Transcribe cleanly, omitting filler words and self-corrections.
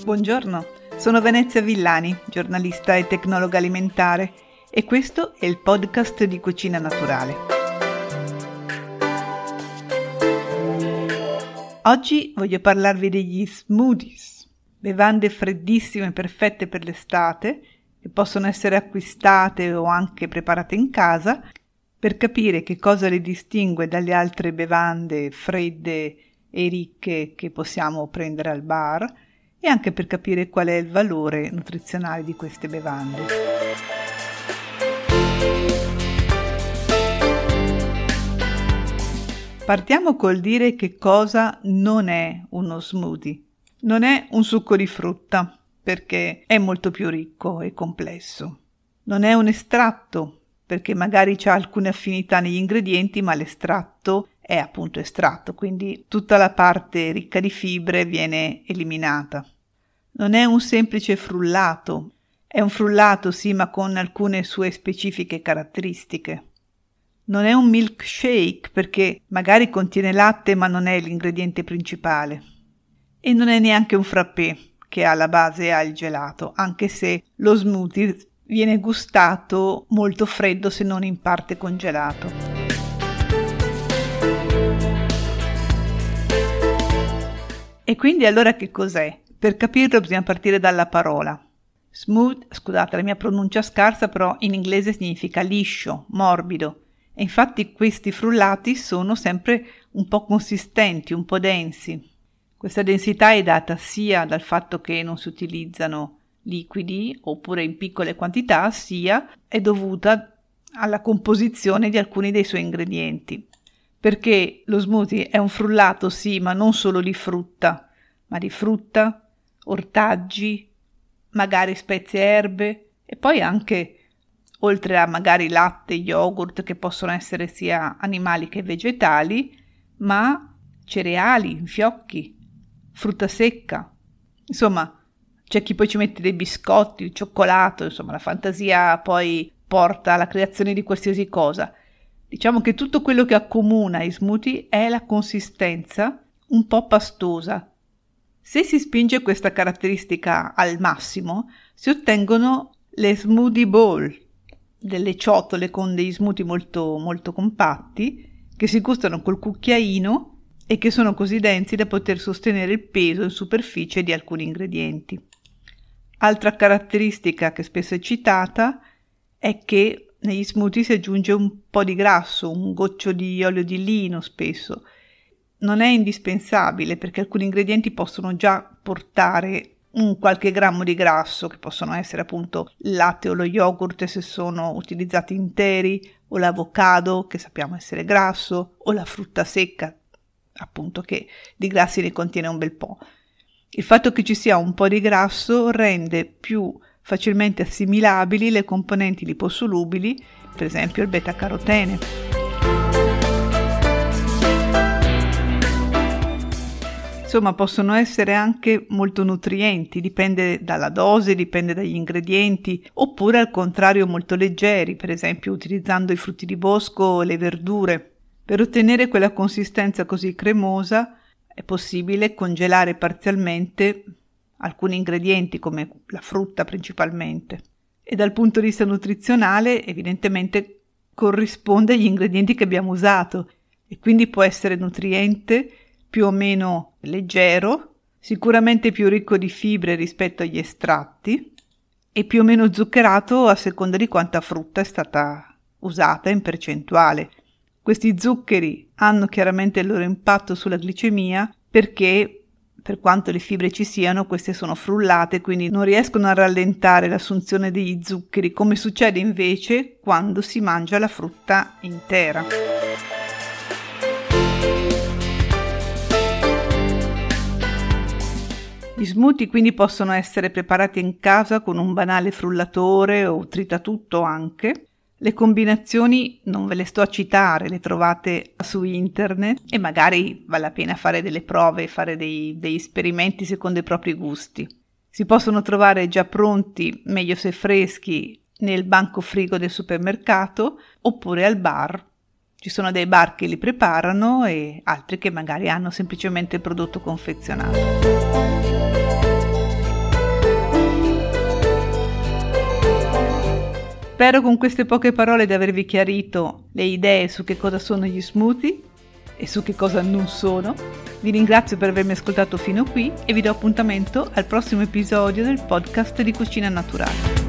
Buongiorno, sono Venezia Villani, giornalista e tecnologa alimentare, e questo è il podcast di Cucina Naturale. Oggi voglio parlarvi degli smoothies, bevande freddissime perfette per l'estate, che possono essere acquistate o anche preparate in casa, per capire che cosa le distingue dalle altre bevande fredde e ricche che possiamo prendere al bar, e anche per capire qual è il valore nutrizionale di queste bevande. Partiamo col dire che cosa non è uno smoothie. Non è un succo di frutta, perché è molto più ricco e complesso. Non è un estratto, perché magari c'ha alcune affinità negli ingredienti, ma l'estratto è appunto estratto, quindi tutta la parte ricca di fibre viene eliminata. Non è un semplice frullato, è un frullato sì, ma con alcune sue specifiche caratteristiche. Non è un milkshake, perché magari contiene latte ma non è l'ingrediente principale. E non è neanche un frappé, che alla base ha il gelato, anche se lo smoothie viene gustato molto freddo se non in parte congelato. E quindi allora che cos'è? Per capirlo bisogna partire dalla parola. Smooth, scusate la mia pronuncia scarsa, però in inglese significa liscio, morbido. E infatti questi frullati sono sempre un po' consistenti, un po' densi. Questa densità è data sia dal fatto che non si utilizzano liquidi oppure in piccole quantità, sia è dovuta alla composizione di alcuni dei suoi ingredienti. Perché lo smoothie è un frullato sì, ma non solo di frutta, ma di frutta, ortaggi, magari spezie e erbe, e poi anche, oltre a magari latte, yogurt, che possono essere sia animali che vegetali, ma cereali, fiocchi, frutta secca. Insomma, c'è chi poi ci mette dei biscotti, il cioccolato, insomma la fantasia poi porta alla creazione di qualsiasi cosa. Diciamo che tutto quello che accomuna i smoothie è la consistenza un po' pastosa. Se si spinge questa caratteristica al massimo, si ottengono le smoothie bowl, delle ciotole con dei smoothie molto, molto compatti, che si gustano col cucchiaino e che sono così densi da poter sostenere il peso in superficie di alcuni ingredienti. Altra caratteristica che spesso è citata è che negli smoothie si aggiunge un po' di grasso, un goccio di olio di lino spesso. Non è indispensabile perché alcuni ingredienti possono già portare un qualche grammo di grasso, che possono essere appunto il latte o lo yogurt se sono utilizzati interi, o l'avocado che sappiamo essere grasso, o la frutta secca appunto che di grassi ne contiene un bel po'. Il fatto che ci sia un po' di grasso rende più facilmente assimilabili le componenti liposolubili, per esempio il beta-carotene. Insomma, possono essere anche molto nutrienti, dipende dalla dose, dipende dagli ingredienti, oppure al contrario molto leggeri, per esempio utilizzando i frutti di bosco o le verdure. Per ottenere quella consistenza così cremosa è possibile congelare parzialmente alcuni ingredienti come la frutta principalmente, e dal punto di vista nutrizionale evidentemente corrisponde agli ingredienti che abbiamo usato e quindi può essere nutriente, più o meno leggero, sicuramente più ricco di fibre rispetto agli estratti e più o meno zuccherato a seconda di quanta frutta è stata usata in percentuale. Questi zuccheri hanno chiaramente il loro impatto sulla glicemia perché, per quanto le fibre ci siano, queste sono frullate, quindi non riescono a rallentare l'assunzione degli zuccheri, come succede invece quando si mangia la frutta intera. Gli smoothie quindi possono essere preparati in casa con un banale frullatore o tritatutto anche. Le combinazioni non ve le sto a citare, le trovate su internet e magari vale la pena fare delle prove, fare degli esperimenti secondo i propri gusti. Si possono trovare già pronti, meglio se freschi, nel banco frigo del supermercato oppure al bar. Ci sono dei bar che li preparano e altri che magari hanno semplicemente il prodotto confezionato. Spero con queste poche parole di avervi chiarito le idee su che cosa sono gli smoothie e su che cosa non sono. Vi ringrazio per avermi ascoltato fino qui e vi do appuntamento al prossimo episodio del podcast di Cucina Naturale.